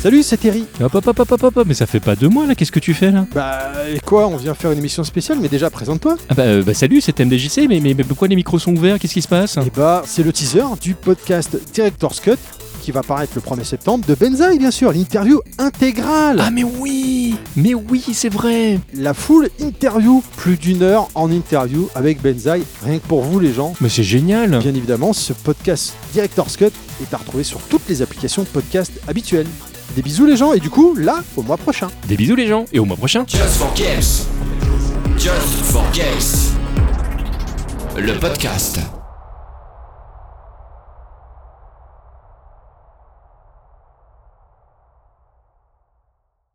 Salut, c'est Terry. Hop, mais ça fait pas 2 mois là, qu'est-ce que tu fais là? Bah, et quoi, on vient faire une émission spéciale, mais déjà, présente-toi. Salut, c'est MDJC, mais pourquoi les micros sont ouverts? Qu'est-ce qui se passe? Et bah, c'est le teaser du podcast Director's Cut qui va paraître le 1er septembre de Benzaï, bien sûr, l'interview intégrale. Ah mais oui, c'est vrai. La full interview, plus d'1 heure en interview avec Benzaï, rien que pour vous les gens. Mais c'est génial. Bien évidemment, ce podcast Director's Cut est à retrouver sur toutes les applications de podcast habituelles. Des bisous les gens, et du coup, là, au mois prochain. Des bisous les gens, et au mois prochain. Just for Games. Just for Games. Le podcast.